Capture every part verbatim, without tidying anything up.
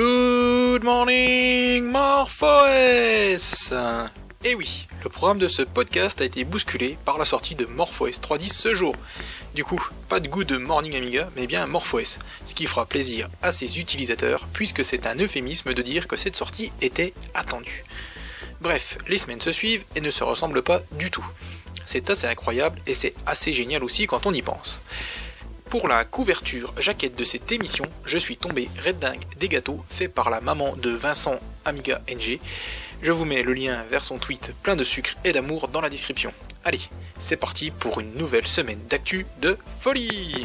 Good morning, MorphOS! Et oui, le programme de ce podcast a été bousculé par la sortie de MorphOS trois point dix ce jour. Du coup, pas de good morning Amiga, mais bien MorphOS, ce qui fera plaisir à ses utilisateurs, puisque c'est un euphémisme de dire que cette sortie était attendue. Bref, les semaines se suivent et ne se ressemblent pas du tout. C'est assez incroyable et c'est assez génial aussi quand on y pense. Pour la couverture jaquette de cette émission, je suis tombé red dingue des gâteaux faits par la maman de Vincent Amiga N G. Je vous mets le lien vers son tweet plein de sucre et d'amour dans la description. Allez, c'est parti pour une nouvelle semaine d'actu de folie.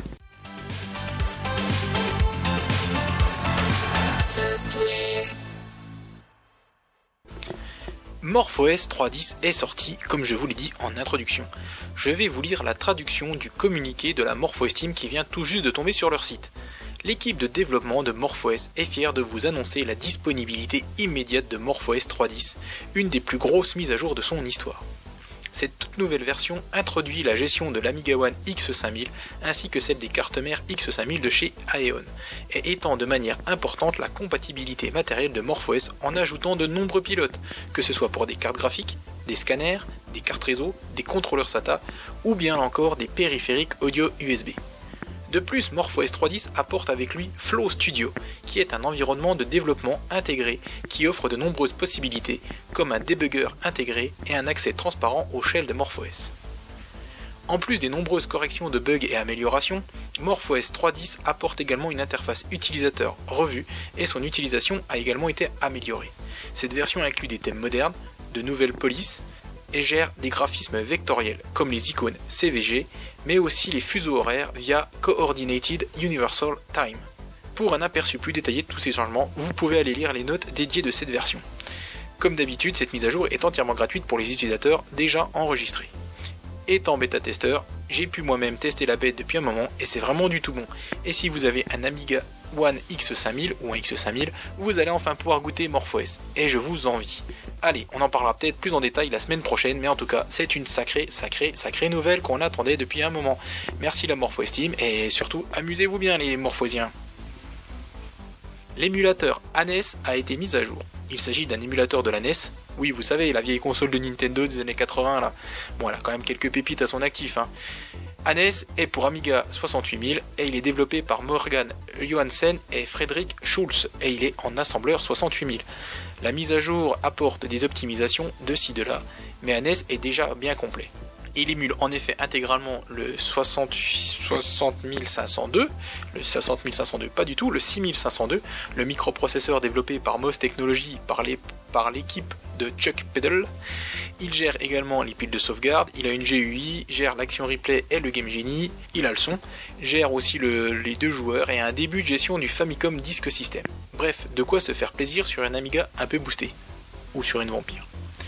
MorphOS trois point dix est sorti, comme je vous l'ai dit en introduction. Je vais vous lire la traduction du communiqué de la MorphOS Team qui vient tout juste de tomber sur leur site. L'équipe de développement de MorphOS est fière de vous annoncer la disponibilité immédiate de MorphOS trois point dix, une des plus grosses mises à jour de son histoire. Cette toute nouvelle version introduit la gestion de l'Amiga One X cinq mille ainsi que celle des cartes mères X cinq mille de chez Aeon, et étend de manière importante la compatibilité matérielle de MorphOS en ajoutant de nombreux pilotes, que ce soit pour des cartes graphiques, des scanners, des cartes réseau, des contrôleurs SATA ou bien encore des périphériques audio U S B. De plus, MorphOS trois point dix apporte avec lui Flow Studio, qui est un environnement de développement intégré qui offre de nombreuses possibilités, comme un debugger intégré et un accès transparent au shell de MorphOS. En plus des nombreuses corrections de bugs et améliorations, MorphOS trois point dix apporte également une interface utilisateur revue et son utilisation a également été améliorée. Cette version inclut des thèmes modernes, de nouvelles polices, et gère des graphismes vectoriels comme les icônes C V G, mais aussi les fuseaux horaires via Coordinated Universal Time. Pour un aperçu plus détaillé de tous ces changements, vous pouvez aller lire les notes dédiées de cette version. Comme d'habitude, cette mise à jour est entièrement gratuite pour les utilisateurs déjà enregistrés. Étant bêta-testeur, j'ai pu moi-même tester la bête depuis un moment et c'est vraiment du tout bon. Et si vous avez un Amiga One X cinq mille ou un X cinq mille, vous allez enfin pouvoir goûter MorphOS, et je vous envie. Allez, on en parlera peut-être plus en détail la semaine prochaine, mais en tout cas, c'est une sacrée, sacrée, sacrée nouvelle qu'on attendait depuis un moment. Merci la MorphOS Team, et surtout, amusez-vous bien les Morphosiens. L'émulateur A N E S a été mis à jour. Il s'agit d'un émulateur de la N E S. Oui, vous savez, la vieille console de Nintendo des années quatre-vingts là. Bon, elle a quand même quelques pépites à son actif, hein. A N E S est pour Amiga soixante-huit mille et il est développé par Morgan Johansen et Fredrik Schulz et il est en assembleur soixante-huit mille. La mise à jour apporte des optimisations de ci de là, mais A N E S est déjà bien complet. Il émule en effet intégralement le soixante mille cinq cent deux, le soixante mille cinq cent deux pas du tout, le six mille cinq cent deux, le microprocesseur développé par M O S Technology par, les, par l'équipe de Chuck Peddle. Il gère également les piles de sauvegarde, il a une G U I, gère l'action replay et le Game Genie, il a le son, gère aussi le, les deux joueurs et un début de gestion du Famicom Disk System. Bref, de quoi se faire plaisir sur une Amiga un peu boostée, ou sur une Vampire.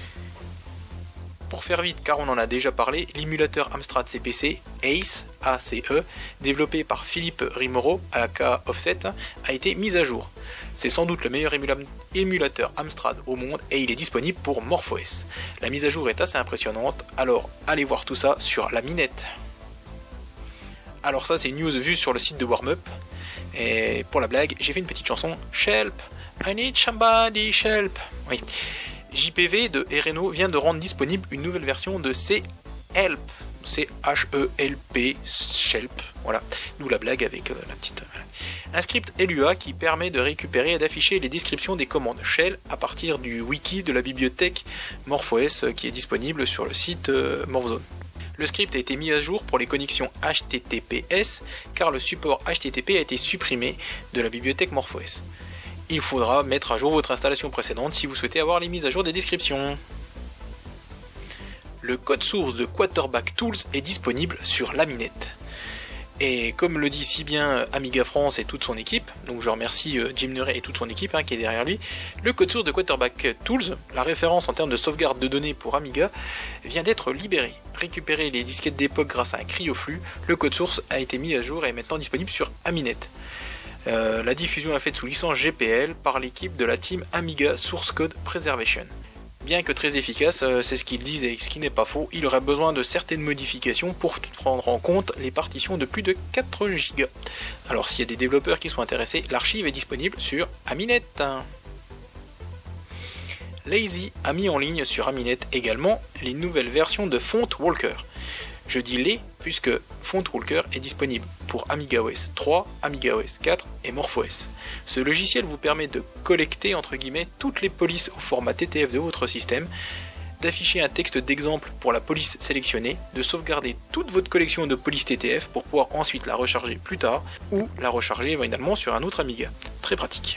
Pour faire vite, car on en a déjà parlé, l'émulateur Amstrad C P C, ACE, A C E, développé par Philippe Rimoro, aka Offset, a été mis à jour. C'est sans doute le meilleur émula- émulateur Amstrad au monde et il est disponible pour MorphOS. La mise à jour est assez impressionnante, alors allez voir tout ça sur la minette. Alors ça c'est une news vue sur le site de Warmup, et pour la blague, j'ai fait une petite chanson, Shelp, I need somebody shelp. Oui. J P V de Ereno vient de rendre disponible une nouvelle version de C-Help, C H E L P, Shelp, voilà, nous la blague avec euh, la petite... Euh, un script L U A qui permet de récupérer et d'afficher les descriptions des commandes shell à partir du wiki de la bibliothèque MorphOS euh, qui est disponible sur le site euh, Morphzone. Le script a été mis à jour pour les connexions H T T P S car le support H T T P a été supprimé de la bibliothèque MorphOS. Il faudra mettre à jour votre installation précédente si vous souhaitez avoir les mises à jour des descriptions. Le code source de Quarterback Tools est disponible sur la minette. Et comme le dit si bien Amiga France et toute son équipe, donc je remercie Jim Nuret et toute son équipe hein, qui est derrière lui, le code source de Quarterback Tools, la référence en termes de sauvegarde de données pour Amiga, vient d'être libéré. Récupérer les disquettes d'époque grâce à un cryoflux, le code source a été mis à jour et est maintenant disponible sur Aminet. Euh, la diffusion est faite sous licence G P L par l'équipe de la team Amiga Source Code Preservation. bien que très efficace, euh, c'est ce qu'ils disent et ce qui n'est pas faux, il aurait besoin de certaines modifications pour prendre en compte les partitions de plus de quatre gigas. Alors s'il y a des développeurs qui sont intéressés, l'archive est disponible sur Aminet. Lazy a mis en ligne sur Aminet également les nouvelles versions de FontWalker. Je dis les puisque FontWalker est disponible pour AmigaOS trois, AmigaOS quatre et MorphOS. Ce logiciel vous permet de collecter entre guillemets toutes les polices au format T T F de votre système, d'afficher un texte d'exemple pour la police sélectionnée, de sauvegarder toute votre collection de polices T T F pour pouvoir ensuite la recharger plus tard ou la recharger évidemment sur un autre Amiga. Très pratique.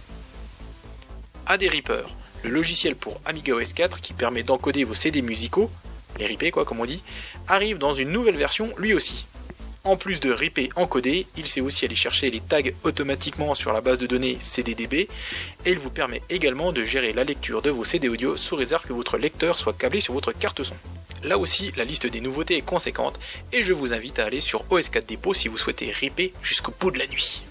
A D Reaper, le logiciel pour AmigaOS quatre qui permet d'encoder vos C D musicaux, les ripés quoi comme on dit, arrive dans une nouvelle version lui aussi. En plus de ripper encodé, il sait aussi aller chercher les tags automatiquement sur la base de données C D D B et il vous permet également de gérer la lecture de vos C D audio sous réserve que votre lecteur soit câblé sur votre carte son. Là aussi, la liste des nouveautés est conséquente et je vous invite à aller sur O S quatre Depot si vous souhaitez ripper jusqu'au bout de la nuit.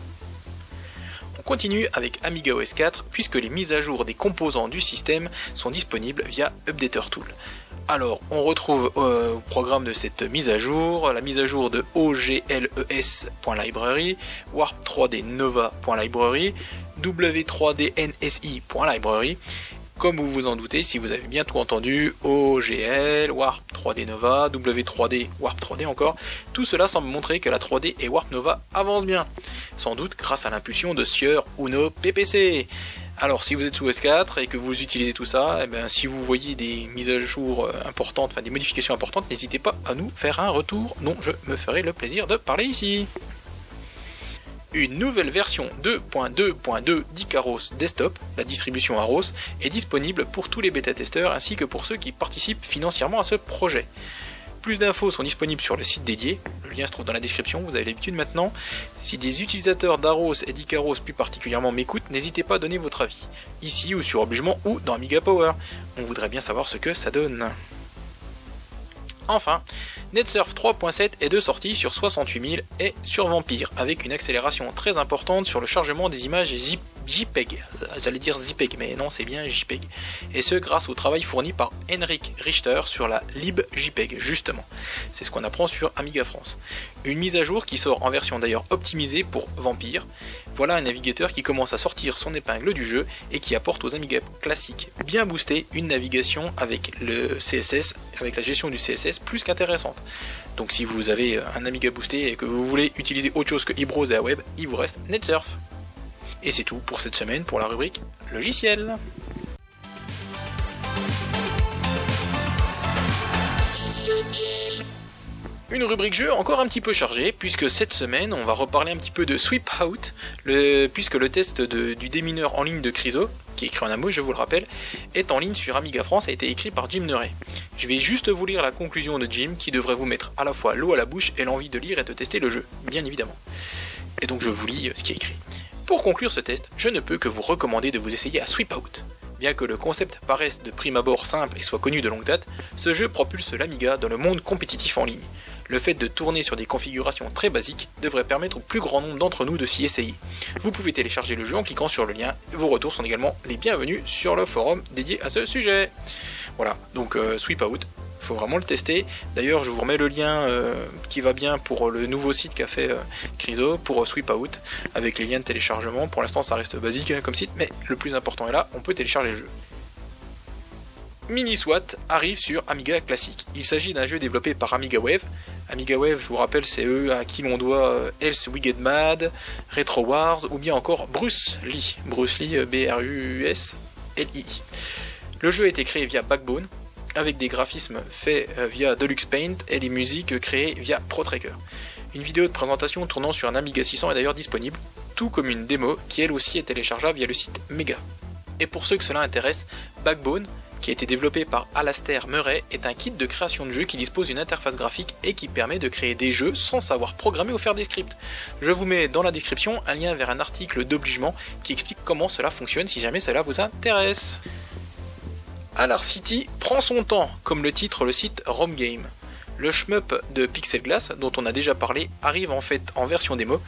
On continue avec AmigaOS quatre puisque les mises à jour des composants du système sont disponibles via Updater Tool. Alors, on retrouve euh, au programme de cette mise à jour, la mise à jour de O G L E S.library, Warp trois D Nova.library, W trois D N S I.library. Comme vous vous en doutez, si vous avez bien tout entendu, O G L, Warp trois D Nova, W trois D, Warp trois D encore, tout cela semble montrer que la trois D et Warp Nova avancent bien. Sans doute grâce à l'impulsion de Sieur Uno P P C. Alors si vous êtes sous O S quatre et que vous utilisez tout ça, et bien, si vous voyez des mises à jour importantes, enfin des modifications importantes, n'hésitez pas à nous faire un retour dont je me ferai le plaisir de parler ici. Une nouvelle version deux point deux point deux d'Icaros Desktop, la distribution Aros, est disponible pour tous les bêta-testeurs ainsi que pour ceux qui participent financièrement à ce projet. Plus d'infos sont disponibles sur le site dédié, le lien se trouve dans la description, vous avez l'habitude maintenant. Si des utilisateurs d'Aros et d'Icaros plus particulièrement m'écoutent, n'hésitez pas à donner votre avis, ici ou sur Obligement ou dans Amiga Power. On voudrait bien savoir ce que ça donne. Enfin, NetSurf trois point sept est de sortie sur soixante-huit mille et sur Vampire, avec une accélération très importante sur le chargement des images zip JPEG, j'allais dire ZPEG, mais non c'est bien JPEG, et ce grâce au travail fourni par Henrik Richter sur la libJPEG, justement, c'est ce qu'on apprend sur Amiga France. Une mise à jour qui sort en version d'ailleurs optimisée pour Vampire, voilà un navigateur qui commence à sortir son épingle du jeu et qui apporte aux Amiga classiques bien boostés une navigation avec le C S S, avec la gestion du C S S plus qu'intéressante. Donc si vous avez un Amiga boosté et que vous voulez utiliser autre chose que eBrowse et Aweb, il vous reste NetSurf. Et c'est tout pour cette semaine pour la rubrique logiciel. Une rubrique jeu encore un petit peu chargée, puisque cette semaine on va reparler un petit peu de Sweep Out, le, puisque le test de, du démineur en ligne de Chryso, qui est écrit en un mot, je vous le rappelle, est en ligne sur Amiga France et a été écrit par Jim Neray. Je vais juste vous lire la conclusion de Jim qui devrait vous mettre à la fois l'eau à la bouche et l'envie de lire et de tester le jeu, bien évidemment. Et donc je vous lis ce qui est écrit. Pour conclure ce test, je ne peux que vous recommander de vous essayer à Sweep Out. Bien que le concept paraisse de prime abord simple et soit connu de longue date, ce jeu propulse l'Amiga dans le monde compétitif en ligne. Le fait de tourner sur des configurations très basiques devrait permettre au plus grand nombre d'entre nous de s'y essayer. Vous pouvez télécharger le jeu en cliquant sur le lien, vos retours sont également les bienvenus sur le forum dédié à ce sujet. Voilà, donc euh, Sweep Out. Il faut vraiment le tester. D'ailleurs, je vous remets le lien euh, qui va bien pour le nouveau site qu'a fait euh, Chryso pour euh, Sweep Out, avec les liens de téléchargement. Pour l'instant, ça reste basique hein, comme site, mais le plus important est là, on peut télécharger le jeu. Miniswat arrive sur Amiga classique. Il s'agit d'un jeu développé par AmigaWave. AmigaWave, je vous rappelle, c'est eux à qui l'on doit euh, Else We Get Mad, Retro Wars ou bien encore Bruce Lee. Bruce Lee, B R U S L I I. Le jeu a été créé via Backbone, avec des graphismes faits via Deluxe Paint et les musiques créées via ProTracker. Une vidéo de présentation tournant sur un Amiga six cents est d'ailleurs disponible, tout comme une démo qui elle aussi est téléchargeable via le site Mega. Et pour ceux que cela intéresse, Backbone, qui a été développé par Alastair Murray, est un kit de création de jeux qui dispose d'une interface graphique et qui permet de créer des jeux sans savoir programmer ou faire des scripts. Je vous mets dans la description un lien vers un article d'Obligement qui explique comment cela fonctionne si jamais cela vous intéresse. Alar City prend son temps, comme le titre le site RomGame. Le shmup de Pixel Glass, dont on a déjà parlé, arrive en fait en version démo,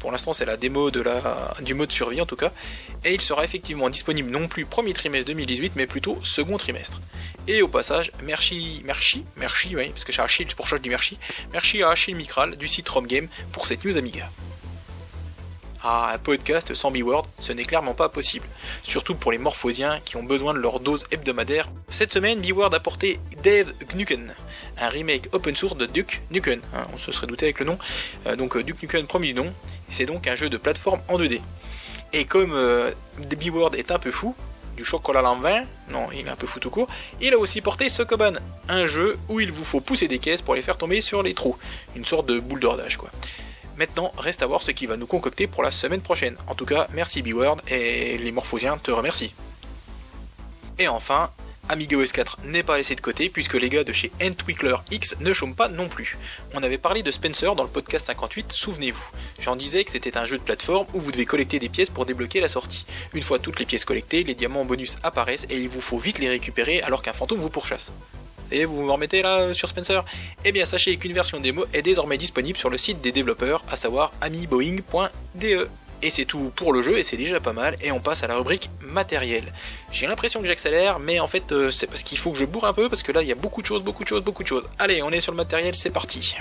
pour l'instant c'est la démo de la, du mode survie en tout cas, et il sera effectivement disponible non plus premier trimestre deux mille dix-huit, mais plutôt second trimestre. Et au passage, merci, merci, merci, oui, parce que c'est Achille, pour ça je dis merci, merci à Achille Micral du site RomGame pour cette news Amiga. Ah, un podcast sans B-Word, ce n'est clairement pas possible, surtout pour les morphosiens qui ont besoin de leur dose hebdomadaire. Cette semaine, B-Word a porté Dave Nukem, un remake open source de Duke Nukem, hein, on se serait douté avec le nom, euh, donc Duke Nukem premier du nom, c'est donc un jeu de plateforme en deux D. Et comme euh, B-Word est un peu fou, du chocolat en vin, non, il est un peu fou tout court, il a aussi porté Sokoban, un jeu où il vous faut pousser des caisses pour les faire tomber sur les trous, une sorte de boule d'ordage quoi. Maintenant, reste à voir ce qu'il va nous concocter pour la semaine prochaine. En tout cas, merci B-Word et les morphosiens te remercient. Et enfin, AmigaOS quatre n'est pas laissé de côté puisque les gars de chez Entwickler X ne chôment pas non plus. On avait parlé de Spencer dans le podcast cinquante-huit, souvenez-vous. J'en disais que c'était un jeu de plateforme où vous devez collecter des pièces pour débloquer la sortie. Une fois toutes les pièces collectées, les diamants en bonus apparaissent et il vous faut vite les récupérer alors qu'un fantôme vous pourchasse. Et vous vous remettez là sur Spencer? Eh bien sachez qu'une version démo est désormais disponible sur le site des développeurs, à savoir amiboing point d e. Et c'est tout pour le jeu et c'est déjà pas mal, et on passe à la rubrique matériel. J'ai l'impression que j'accélère, mais en fait euh, c'est parce qu'il faut que je bourre un peu, parce que là il y a beaucoup de choses, beaucoup de choses, beaucoup de choses. Allez, on est sur le matériel, c'est parti.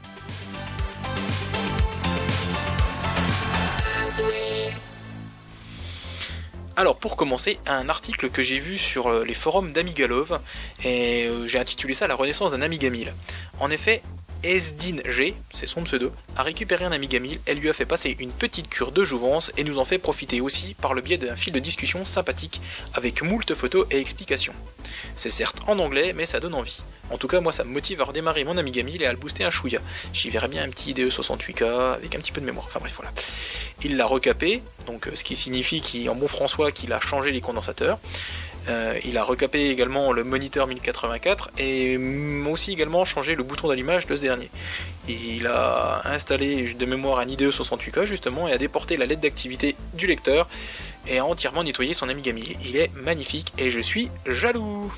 Alors pour commencer, un article que j'ai vu sur les forums d'Amigalove, et j'ai intitulé ça La renaissance d'un Amiga mille. En effet, Esdin G, c'est son pseudo, a récupéré un Amiga mille, elle lui a fait passer une petite cure de jouvence et nous en fait profiter aussi par le biais d'un fil de discussion sympathique avec moult photos et explications. C'est certes en anglais, mais ça donne envie. En tout cas, moi ça me motive à redémarrer mon Amiga mille et à le booster un chouïa. J'y verrais bien un petit D E soixante-huit K avec un petit peu de mémoire, enfin bref voilà. Il l'a recapé, donc ce qui signifie qu'en bon François qu'il a changé les condensateurs. Euh, il a recapé également le moniteur mille quatre-vingt-quatre et aussi également changé le bouton d'allumage de ce dernier. Il a installé de mémoire un I D E soixante-huit K justement et a déporté la L E D d'activité du lecteur et a entièrement nettoyé son Amiga mille. Il est magnifique et je suis jaloux.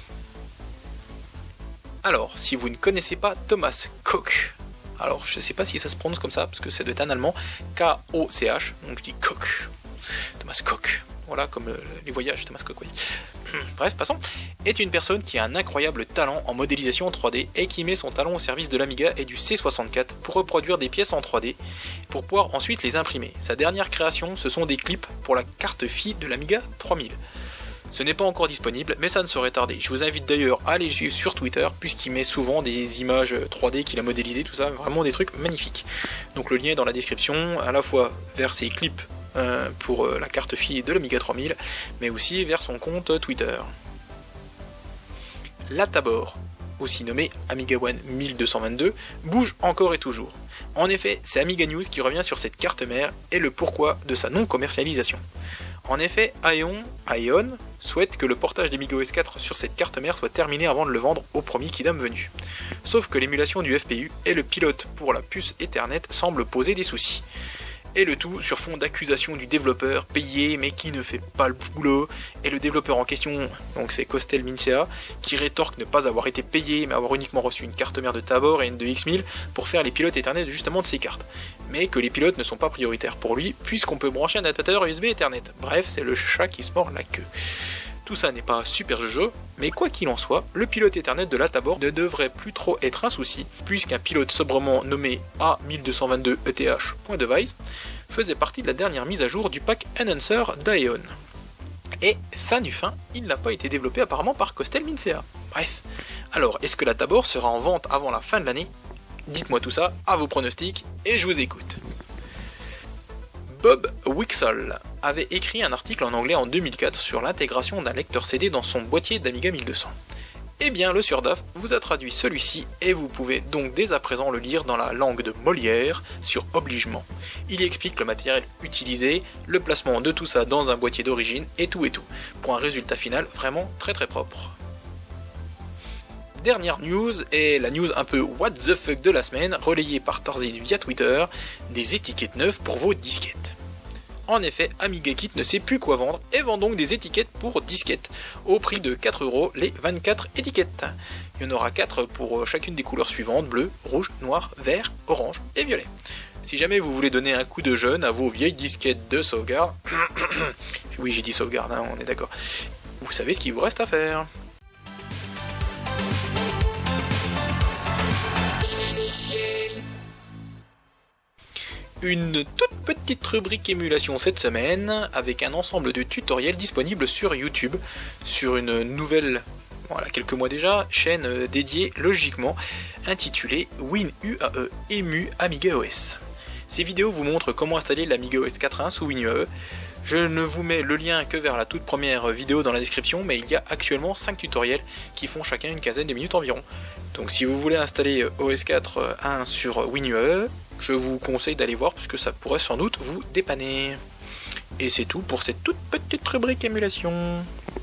Alors, si vous ne connaissez pas Thomas Koch, alors je sais pas si ça se prononce comme ça parce que c'est de un allemand, K O C H, donc je dis Koch, Thomas Koch. Voilà, comme le, les voyages, Thomas Koch, oui. Bref, passons. Est une personne qui a un incroyable talent en modélisation en trois D et qui met son talent au service de l'Amiga et du C soixante-quatre pour reproduire des pièces en trois D pour pouvoir ensuite les imprimer. Sa dernière création, ce sont des clips pour la carte F I de l'Amiga trois mille. Ce n'est pas encore disponible, mais ça ne saurait tarder. Je vous invite d'ailleurs à aller suivre sur Twitter, puisqu'il met souvent des images trois D qu'il a modélisées, tout ça, vraiment des trucs magnifiques. Donc le lien est dans la description, à la fois vers ses clips Euh, pour euh, la carte F I de l'Amiga trois mille, mais aussi vers son compte Twitter. La Tabor, aussi nommée Amiga One mille deux cent vingt-deux, bouge encore et toujours. En effet, c'est Amiga News qui revient sur cette carte mère et le pourquoi de sa non-commercialisation. En effet, Aeon, Aeon souhaite que le portage d'AmigaOS quatre sur cette carte mère soit terminé avant de le vendre au premier Kidam venu. Sauf que l'émulation du F P U et le pilote pour la puce Ethernet semblent poser des soucis. Et le tout sur fond d'accusation du développeur payé mais qui ne fait pas le boulot, et le développeur en question, donc c'est Costel Mincea, qui rétorque ne pas avoir été payé mais avoir uniquement reçu une carte mère de Tabor et une de X mille pour faire les pilotes Ethernet justement de ces cartes, mais que les pilotes ne sont pas prioritaires pour lui puisqu'on peut brancher un adaptateur U S B Ethernet. Bref, c'est le chat qui se mord la queue. Tout ça n'est pas super jojo, mais quoi qu'il en soit, le pilote Ethernet de la Tabor ne devrait plus trop être un souci, puisqu'un pilote sobrement nommé A mille deux cent vingt-deux E T H.device faisait partie de la dernière mise à jour du pack Enhancer d'Aeon. Et, fin du fin, il n'a pas été développé apparemment par Costel Mincea. Bref, alors est-ce que la Tabor sera en vente avant la fin de l'année? Dites-moi tout ça, à vos pronostics, et je vous écoute. Bob Wixall avait écrit un article en anglais en deux mille quatre sur l'intégration d'un lecteur C D dans son boîtier d'Amiga mille deux cents. Eh bien, le Surdaf vous a traduit celui-ci et vous pouvez donc dès à présent le lire dans la langue de Molière sur obligement. Il y explique le matériel utilisé, le placement de tout ça dans un boîtier d'origine et tout et tout, pour un résultat final vraiment très très propre. Dernière news est la news un peu what the fuck de la semaine, relayée par Tarzin via Twitter, des étiquettes neuves pour vos disquettes. En effet, AmigaKit ne sait plus quoi vendre et vend donc des étiquettes pour disquettes, au prix de quatre euros les vingt-quatre étiquettes. Il y en aura quatre pour chacune des couleurs suivantes, bleu, rouge, noir, vert, orange et violet. Si jamais vous voulez donner un coup de jeune à vos vieilles disquettes de sauvegarde, oui j'ai dit sauvegarde, hein, on est d'accord, vous savez ce qu'il vous reste à faire. Une toute petite rubrique émulation cette semaine, avec un ensemble de tutoriels disponibles sur YouTube, sur une nouvelle, voilà, quelques mois déjà, chaîne dédiée logiquement, intitulée WinUAE, Emu Amiga O S. Ces vidéos vous montrent comment installer l'Amiga O S quatre point un sous WinUAE. Je ne vous mets le lien que vers la toute première vidéo dans la description, mais il y a actuellement cinq tutoriels qui font chacun une quinzaine de minutes environ. Donc si vous voulez installer O S quatre point un sur WinUAE, je vous conseille d'aller voir parce que ça pourrait sans doute vous dépanner. Et c'est tout pour cette toute petite rubrique émulation.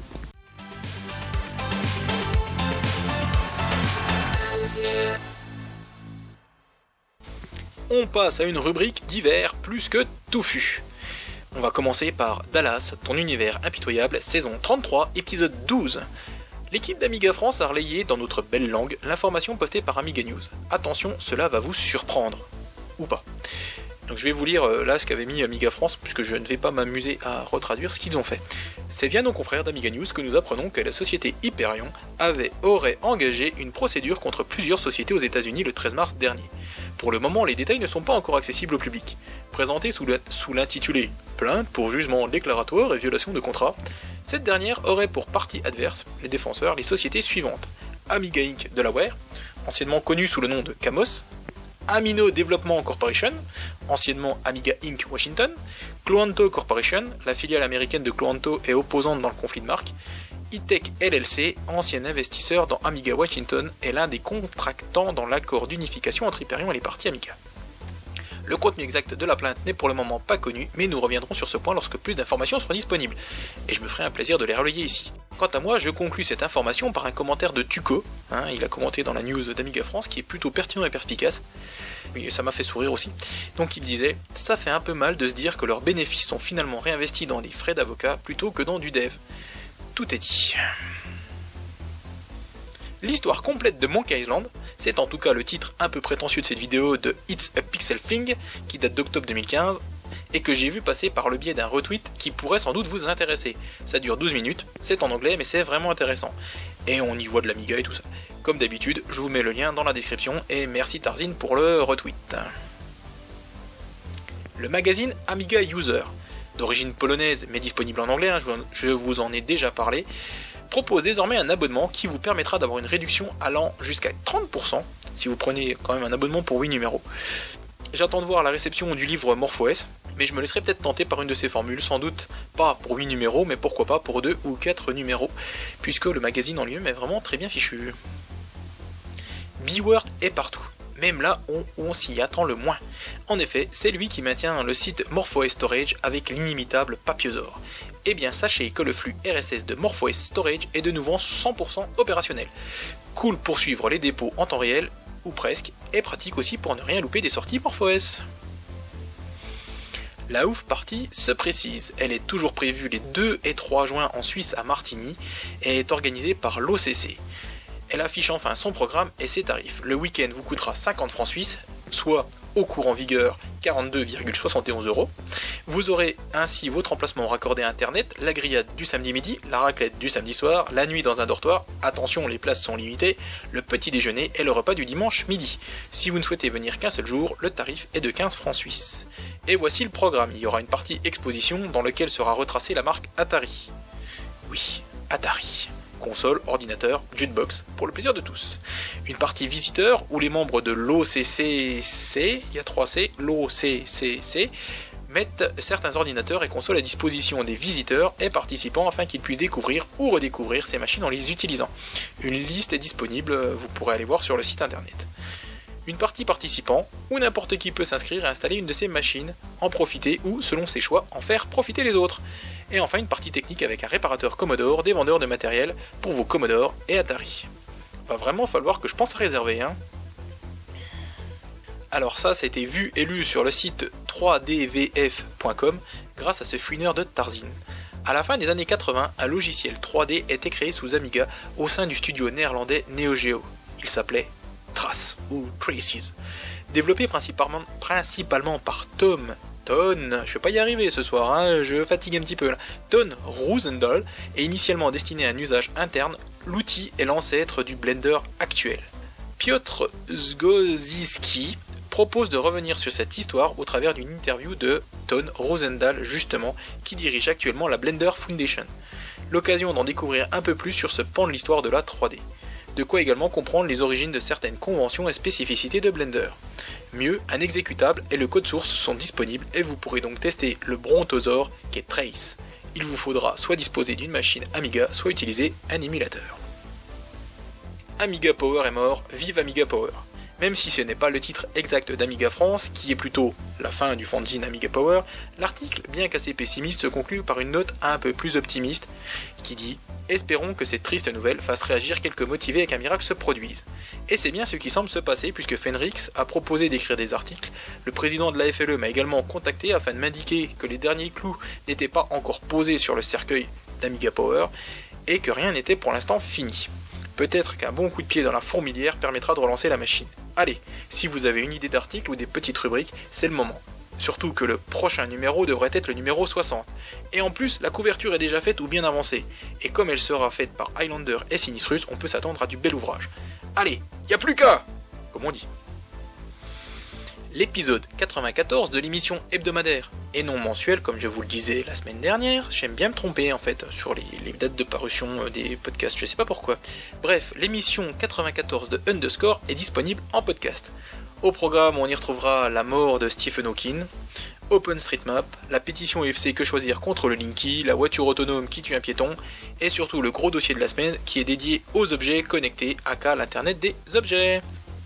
On passe à une rubrique d'hiver plus que touffu. On va commencer par Dallas, ton univers impitoyable, saison trente-trois, épisode douze. L'équipe d'Amiga France a relayé dans notre belle langue l'information postée par Amiga News. Attention, cela va vous surprendre. Ou pas. Donc je vais vous lire euh, là ce qu'avait mis Amiga France, puisque je ne vais pas m'amuser à retraduire ce qu'ils ont fait. C'est via nos confrères d'Amiga News que nous apprenons que la société Hyperion avait, aurait engagé une procédure contre plusieurs sociétés aux États-Unis le treize mars dernier. Pour le moment, les détails ne sont pas encore accessibles au public. Présentés sous, le, sous l'intitulé « Plainte pour jugement déclaratoire et violation de contrat », cette dernière aurait pour partie adverse, les défenseurs, les sociétés suivantes. Amiga Incorporated Delaware, anciennement connue sous le nom de Camos, Amino Development Corporation, anciennement Amiga Incorporated Washington, Cloanto Corporation, la filiale américaine de Cloanto et opposante dans le conflit de marque, E-Tech L L C, ancien investisseur dans Amiga Washington, est l'un des contractants dans l'accord d'unification entre Hyperion et les parties Amiga. Le contenu exact de la plainte n'est pour le moment pas connu, mais nous reviendrons sur ce point lorsque plus d'informations seront disponibles, et je me ferai un plaisir de les relayer ici. Quant à moi, je conclus cette information par un commentaire de Tuco, hein, il a commenté dans la news d'Amiga France, qui est plutôt pertinent et perspicace, oui, ça m'a fait sourire aussi. Donc il disait « Ça fait un peu mal de se dire que leurs bénéfices sont finalement réinvestis dans des frais d'avocat plutôt que dans du dev. » Tout est dit. L'histoire complète de Monkey Island, c'est en tout cas le titre un peu prétentieux de cette vidéo de It's a Pixel Thing, qui date d'octobre deux mille quinze, et que j'ai vu passer par le biais d'un retweet qui pourrait sans doute vous intéresser. Ça dure douze minutes, c'est en anglais mais c'est vraiment intéressant. Et on y voit de l'Amiga et tout ça. Comme d'habitude, je vous mets le lien dans la description, et merci Tarzine pour le retweet. Le magazine Amiga User, d'origine polonaise mais disponible en anglais, hein, je vous en ai déjà parlé, propose désormais un abonnement qui vous permettra d'avoir une réduction allant jusqu'à trente pour cent si vous prenez quand même un abonnement pour huit numéros. J'attends de voir la réception du livre MorphOS, mais je me laisserai peut-être tenter par une de ces formules, sans doute pas pour huit numéros, mais pourquoi pas pour deux ou quatre numéros, puisque le magazine en lui-même est vraiment très bien fichu. B-Word est partout, même là où on s'y attend le moins. En effet, c'est lui qui maintient le site MorphOS Storage avec l'inimitable Papiosaur. Eh bien sachez que le flux R S S de MorphOS Storage est de nouveau cent pour cent opérationnel. Cool pour suivre les dépôts en temps réel, ou presque, et pratique aussi pour ne rien louper des sorties MorphOS. La ouf partie se précise, elle est toujours prévue les deux et trois juin en Suisse à Martigny, et est organisée par l'O C C. Elle affiche enfin son programme et ses tarifs. Le week-end vous coûtera cinquante francs suisses, soit au cours en vigueur quarante-deux virgule soixante et onze euros. Vous aurez ainsi votre emplacement raccordé à internet, la grillade du samedi midi, la raclette du samedi soir, la nuit dans un dortoir, attention les places sont limitées, le petit déjeuner et le repas du dimanche midi. Si vous ne souhaitez venir qu'un seul jour, le tarif est de quinze francs suisses. Et voici le programme, il y aura une partie exposition dans laquelle sera retracée la marque Atari. Oui, Atari. Console, ordinateur, jukebox, pour le plaisir de tous. Une partie visiteur où les membres de l'O C C C, il y a trois C, l'O C C C, mettent certains ordinateurs et consoles à disposition des visiteurs et participants afin qu'ils puissent découvrir ou redécouvrir ces machines en les utilisant. Une liste est disponible, vous pourrez aller voir sur le site internet. Une partie participant, où n'importe qui peut s'inscrire et installer une de ces machines, en profiter ou, selon ses choix, en faire profiter les autres. Et enfin une partie technique avec un réparateur Commodore, des vendeurs de matériel pour vos Commodore et Atari. Va vraiment falloir que je pense à réserver, hein. Alors ça, ça a été vu et lu sur le site trois D V F point com grâce à ce fouineur de Tarzine. A la fin des années quatre-vingts, un logiciel trois D était créé sous Amiga au sein du studio néerlandais Neo Geo. Il s'appelait Trace ou Traces. Développé principalement, principalement par Tom Ton, je vais pas y arriver ce soir, hein, je fatigue un petit peu là. Ton Roosendahl est initialement destiné à un usage interne, l'outil est l'ancêtre du Blender actuel. Piotr Zgozicki propose de revenir sur cette histoire au travers d'une interview de Ton Roosendahl justement, qui dirige actuellement la Blender Foundation. L'occasion d'en découvrir un peu plus sur ce pan de l'histoire de la trois D. De quoi également comprendre les origines de certaines conventions et spécificités de Blender. Mieux, un exécutable et le code source sont disponibles et vous pourrez donc tester le brontosaure qui est Trace. Il vous faudra soit disposer d'une machine Amiga, soit utiliser un émulateur. Amiga Power est mort, vive Amiga Power. Même si ce n'est pas le titre exact d'Amiga France, qui est plutôt la fin du fanzine Amiga Power, l'article, bien qu'assez pessimiste, se conclut par une note un peu plus optimiste, qui dit « Espérons que cette triste nouvelle fasse réagir quelques motivés et qu'un miracle se produise. » Et c'est bien ce qui semble se passer puisque Fenrix a proposé d'écrire des articles, le président de la F L E m'a également contacté afin de m'indiquer que les derniers clous n'étaient pas encore posés sur le cercueil d'Amiga Power, et que rien n'était pour l'instant fini. Peut-être qu'un bon coup de pied dans la fourmilière permettra de relancer la machine. Allez, si vous avez une idée d'article ou des petites rubriques, c'est le moment. Surtout que le prochain numéro devrait être le numéro soixante. Et en plus, la couverture est déjà faite ou bien avancée. Et comme elle sera faite par Highlander et Sinistrus, on peut s'attendre à du bel ouvrage. Allez, y a plus qu'à, comme on dit. L'épisode quatre-vingt-quatorze de l'émission hebdomadaire, et non mensuelle comme je vous le disais la semaine dernière, j'aime bien me tromper en fait sur les, les dates de parution des podcasts, je sais pas pourquoi. Bref, l'émission quatre-vingt-quatorze de Underscore est disponible en podcast. Au programme, on y retrouvera la mort de Stephen Hawking, OpenStreetMap, la pétition U F C Que Choisir contre le Linky, la voiture autonome qui tue un piéton, et surtout le gros dossier de la semaine qui est dédié aux objets connectés, aka l'internet des objets.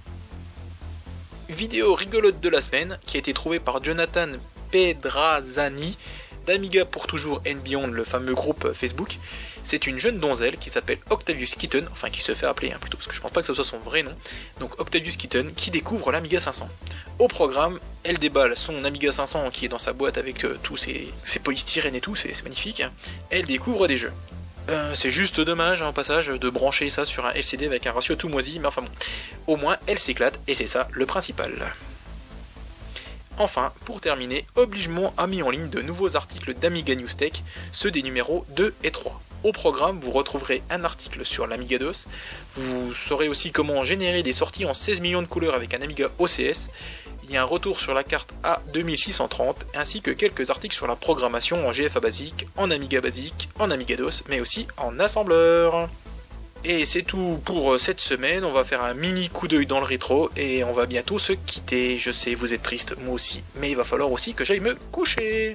Vidéo rigolote de la semaine qui a été trouvée par Jonathan Pedrazani d'Amiga pour toujours and Beyond, le fameux groupe Facebook. C'est une jeune donzelle qui s'appelle Octavius Kitten, enfin qui se fait appeler hein, plutôt, parce que je pense pas que ce soit son vrai nom. Donc Octavius Kitten qui découvre l'Amiga cinq cents. Au programme, elle déballe son Amiga cinq cents qui est dans sa boîte avec euh, tous ses, ses polystyrènes et tout, c'est, c'est magnifique. Elle découvre des jeux. Euh, c'est juste dommage, hein, au passage, de brancher ça sur un L C D avec un ratio tout moisi, mais enfin bon, au moins elle s'éclate, et c'est ça le principal. Enfin, pour terminer, Obligement a mis en ligne de nouveaux articles d'Amiga News Tech, ceux des numéros deux et trois. Au programme, vous retrouverez un article sur l'Amiga DOS, vous saurez aussi comment générer des sorties en seize millions de couleurs avec un Amiga O C S, il y a un retour sur la carte A deux mille six cent trente, ainsi que quelques articles sur la programmation en G F A basique, en Amiga basique, en Amiga DOS, mais aussi en assembleur. Et c'est tout pour cette semaine, on va faire un mini coup d'œil dans le rétro, et on va bientôt se quitter. Je sais, vous êtes triste, moi aussi, mais il va falloir aussi que j'aille me coucher.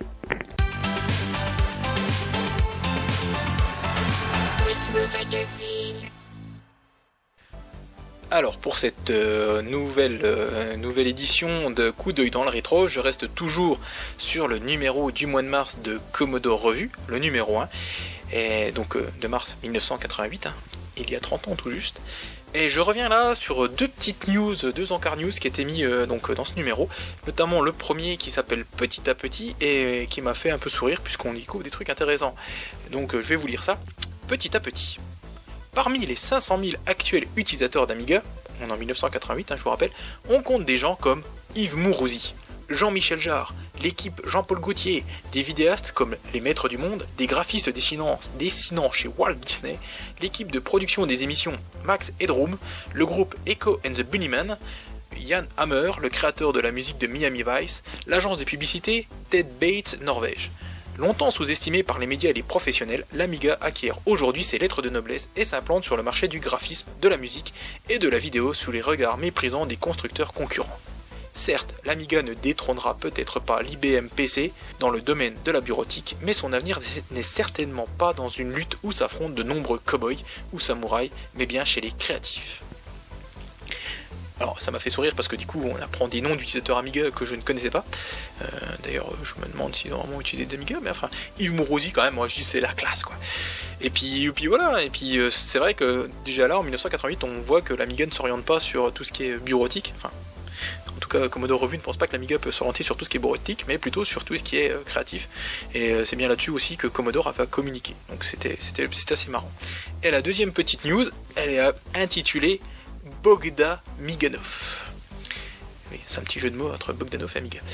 Alors pour cette euh, nouvelle, euh, nouvelle édition de Coup d'œil dans le rétro, je reste toujours sur le numéro du mois de mars de Commodore Revue, le numéro un, et donc euh, de mars mille neuf cent quatre-vingt-huit, hein, il y a trente ans tout juste. Et je reviens là sur deux petites news, deux encarts news qui étaient mis euh, donc, dans ce numéro, notamment le premier qui s'appelle Petit à Petit et qui m'a fait un peu sourire puisqu'on y découvre des trucs intéressants. Donc euh, je vais vous lire ça, Petit à Petit. Parmi les cinq cent mille actuels utilisateurs d'Amiga, on est en mille neuf cent quatre-vingt-huit, hein, je vous rappelle, on compte des gens comme Yves Mourouzi, Jean-Michel Jarre, l'équipe Jean-Paul Gaultier, des vidéastes comme Les Maîtres du Monde, des graphistes dessinant, dessinant chez Walt Disney, l'équipe de production des émissions Max Headroom, le groupe Echo and the Bunnymen, Jan Hammer, le créateur de la musique de Miami Vice, l'agence de publicité Ted Bates Norvège. Longtemps sous-estimé par les médias et les professionnels, l'Amiga acquiert aujourd'hui ses lettres de noblesse et s'implante sur le marché du graphisme, de la musique et de la vidéo sous les regards méprisants des constructeurs concurrents. Certes, l'Amiga ne détrônera peut-être pas l'I B M P C dans le domaine de la bureautique, mais son avenir n'est certainement pas dans une lutte où s'affrontent de nombreux cow-boys ou samouraïs, mais bien chez les créatifs. Alors ça m'a fait sourire parce que du coup on apprend des noms d'utilisateurs Amiga que je ne connaissais pas. Euh, d'ailleurs je me demande s'ils ont vraiment utilisé d'Amiga, mais enfin Yves Mourouzi quand même, moi je dis c'est la classe quoi. Et puis, et puis voilà, et puis euh, c'est vrai que déjà là en mille neuf cent quatre-vingt-huit on voit que l'Amiga ne s'oriente pas sur tout ce qui est bureautique, enfin en tout cas Commodore Revue ne pense pas que l'Amiga peut s'orienter sur tout ce qui est bureautique, mais plutôt sur tout ce qui est euh, créatif. Et euh, c'est bien là-dessus aussi que Commodore a communiqué, donc c'était, c'était, c'était assez marrant. Et la deuxième petite news, elle est intitulée Bogda Miganov. Oui, c'est un petit jeu de mots entre Bogdanov et Amiga.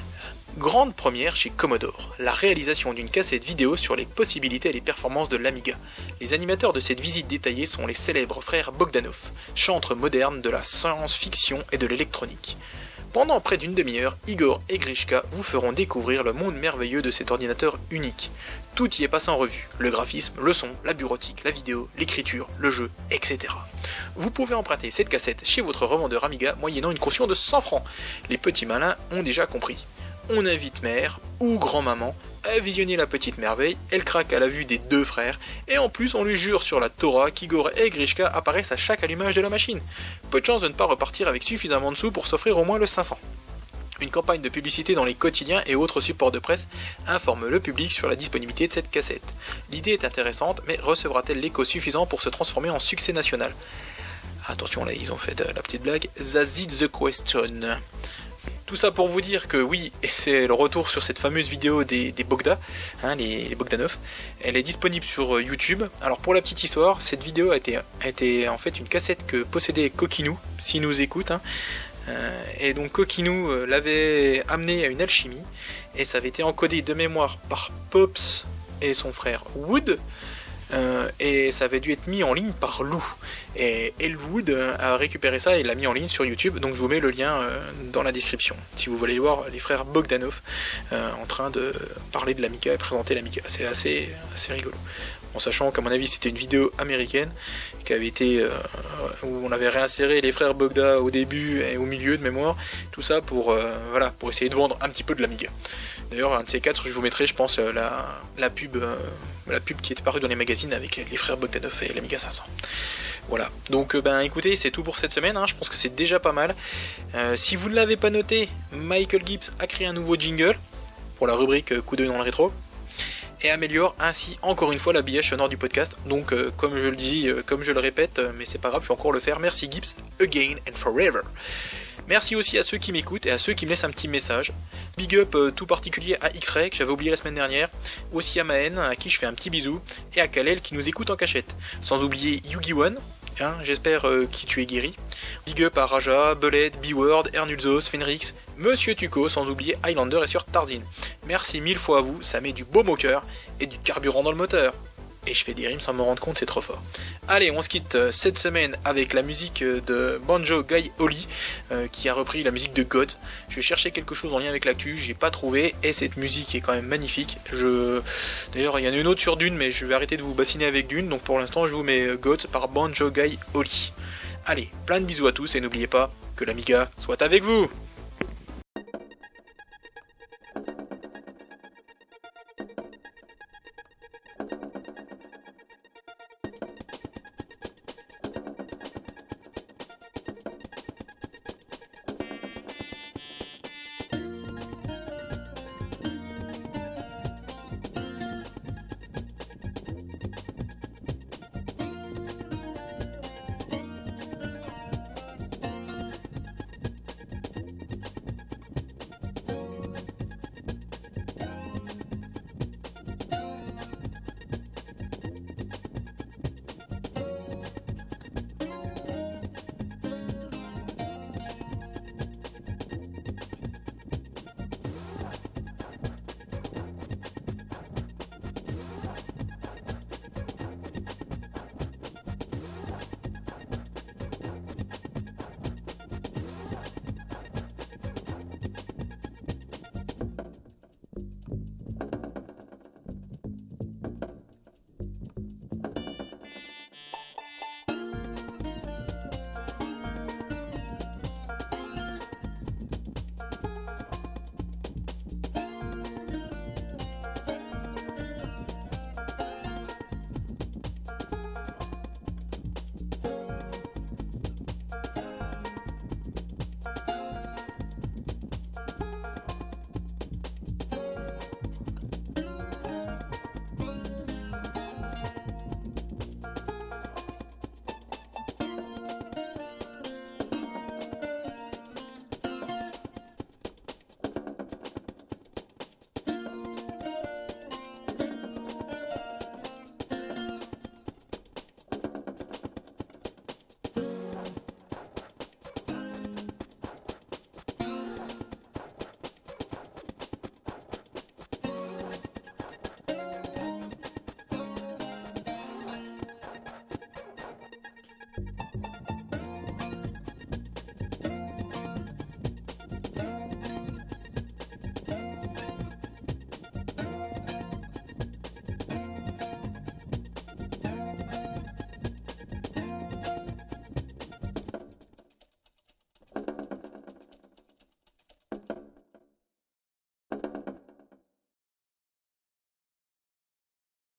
Grande première chez Commodore, la réalisation d'une cassette vidéo sur les possibilités et les performances de l'Amiga. Les animateurs de cette visite détaillée sont les célèbres frères Bogdanov, chantres modernes de la science-fiction et de l'électronique. Pendant près d'une demi-heure, Igor et Grishka vous feront découvrir le monde merveilleux de cet ordinateur unique. Tout y est passé en revue, le graphisme, le son, la bureautique, la vidéo, l'écriture, le jeu, et cetera. Vous pouvez emprunter cette cassette chez votre revendeur Amiga moyennant une caution de cent francs. Les petits malins ont déjà compris. On invite mère ou grand-maman à visionner la petite merveille, elle craque à la vue des deux frères, et en plus on lui jure sur la Torah qu'Igor et Grishka apparaissent à chaque allumage de la machine. Peu de chance de ne pas repartir avec suffisamment de sous pour s'offrir au moins le cinq cents. Une campagne de publicité dans les quotidiens et autres supports de presse informe le public sur la disponibilité de cette cassette. L'idée est intéressante, mais recevra-t-elle l'écho suffisant pour se transformer en succès national? Attention là, ils ont fait de la petite blague. That's it the question. Tout ça pour vous dire que oui, c'est le retour sur cette fameuse vidéo des, des Bogda, hein, les, les Bogdanov. Elle est disponible sur YouTube. Alors pour la petite histoire, cette vidéo a été, a été en fait une cassette que possédait Kokinou, s'il nous écoute. Hein. Euh, et donc Kokinou euh, l'avait amené à une alchimie, et ça avait été encodé de mémoire par Pops et son frère Wood. Euh, et ça avait dû être mis en ligne par Lou. Et Elwood a récupéré ça et l'a mis en ligne sur YouTube, donc je vous mets le lien euh, dans la description, si vous voulez voir les frères Bogdanov euh, en train de parler de l'Amiga et présenter l'Amiga. C'est assez, assez rigolo. En sachant qu'à mon avis c'était une vidéo américaine qui avait été euh, où on avait réinséré les frères Bogda au début et au milieu de mémoire, tout ça pour euh, voilà pour essayer de vendre un petit peu de l'Amiga. D'ailleurs un de ces quatre je vous mettrai je pense la, la pub euh, la pub qui était parue dans les magazines avec les, les frères Bogdanov et l'Amiga cinq cents. Voilà, donc ben écoutez, c'est tout pour cette semaine, hein. Je pense que c'est déjà pas mal. Euh, si vous ne l'avez pas noté, Michael Gibbs a créé un nouveau jingle pour la rubrique Coup d'œil dans le rétro, et améliore ainsi encore une fois l'habillage sonore du podcast. Donc euh, comme je le dis, euh, comme je le répète, euh, mais c'est pas grave, je vais encore le faire. Merci Gibbs, again and forever. Merci aussi à ceux qui m'écoutent et à ceux qui me laissent un petit message. Big up euh, tout particulier à X-Ray, que j'avais oublié la semaine dernière, aussi à Maën, à qui je fais un petit bisou, et à Kalel qui nous écoute en cachette. Sans oublier Yugi One, hein, j'espère euh, que tu es guéri. Big up à Raja, Beled, B-Word, Ernulzos, Fenrix, Monsieur Tuco, sans oublier Highlander et sur Tarzin. Merci mille fois à vous, ça met du baume au cœur et du carburant dans le moteur. Et je fais des rimes sans me rendre compte, c'est trop fort. Allez, on se quitte cette semaine avec la musique de Banjo Guy Holly, euh, qui a repris la musique de God. Je vais chercher quelque chose en lien avec l'actu, j'ai pas trouvé, et cette musique est quand même magnifique. Je... D'ailleurs, il y en a une autre sur Dune, mais je vais arrêter de vous bassiner avec Dune, donc pour l'instant, je vous mets God par Banjo Guy Holly. Allez, plein de bisous à tous, et n'oubliez pas que l'Amiga soit avec vous!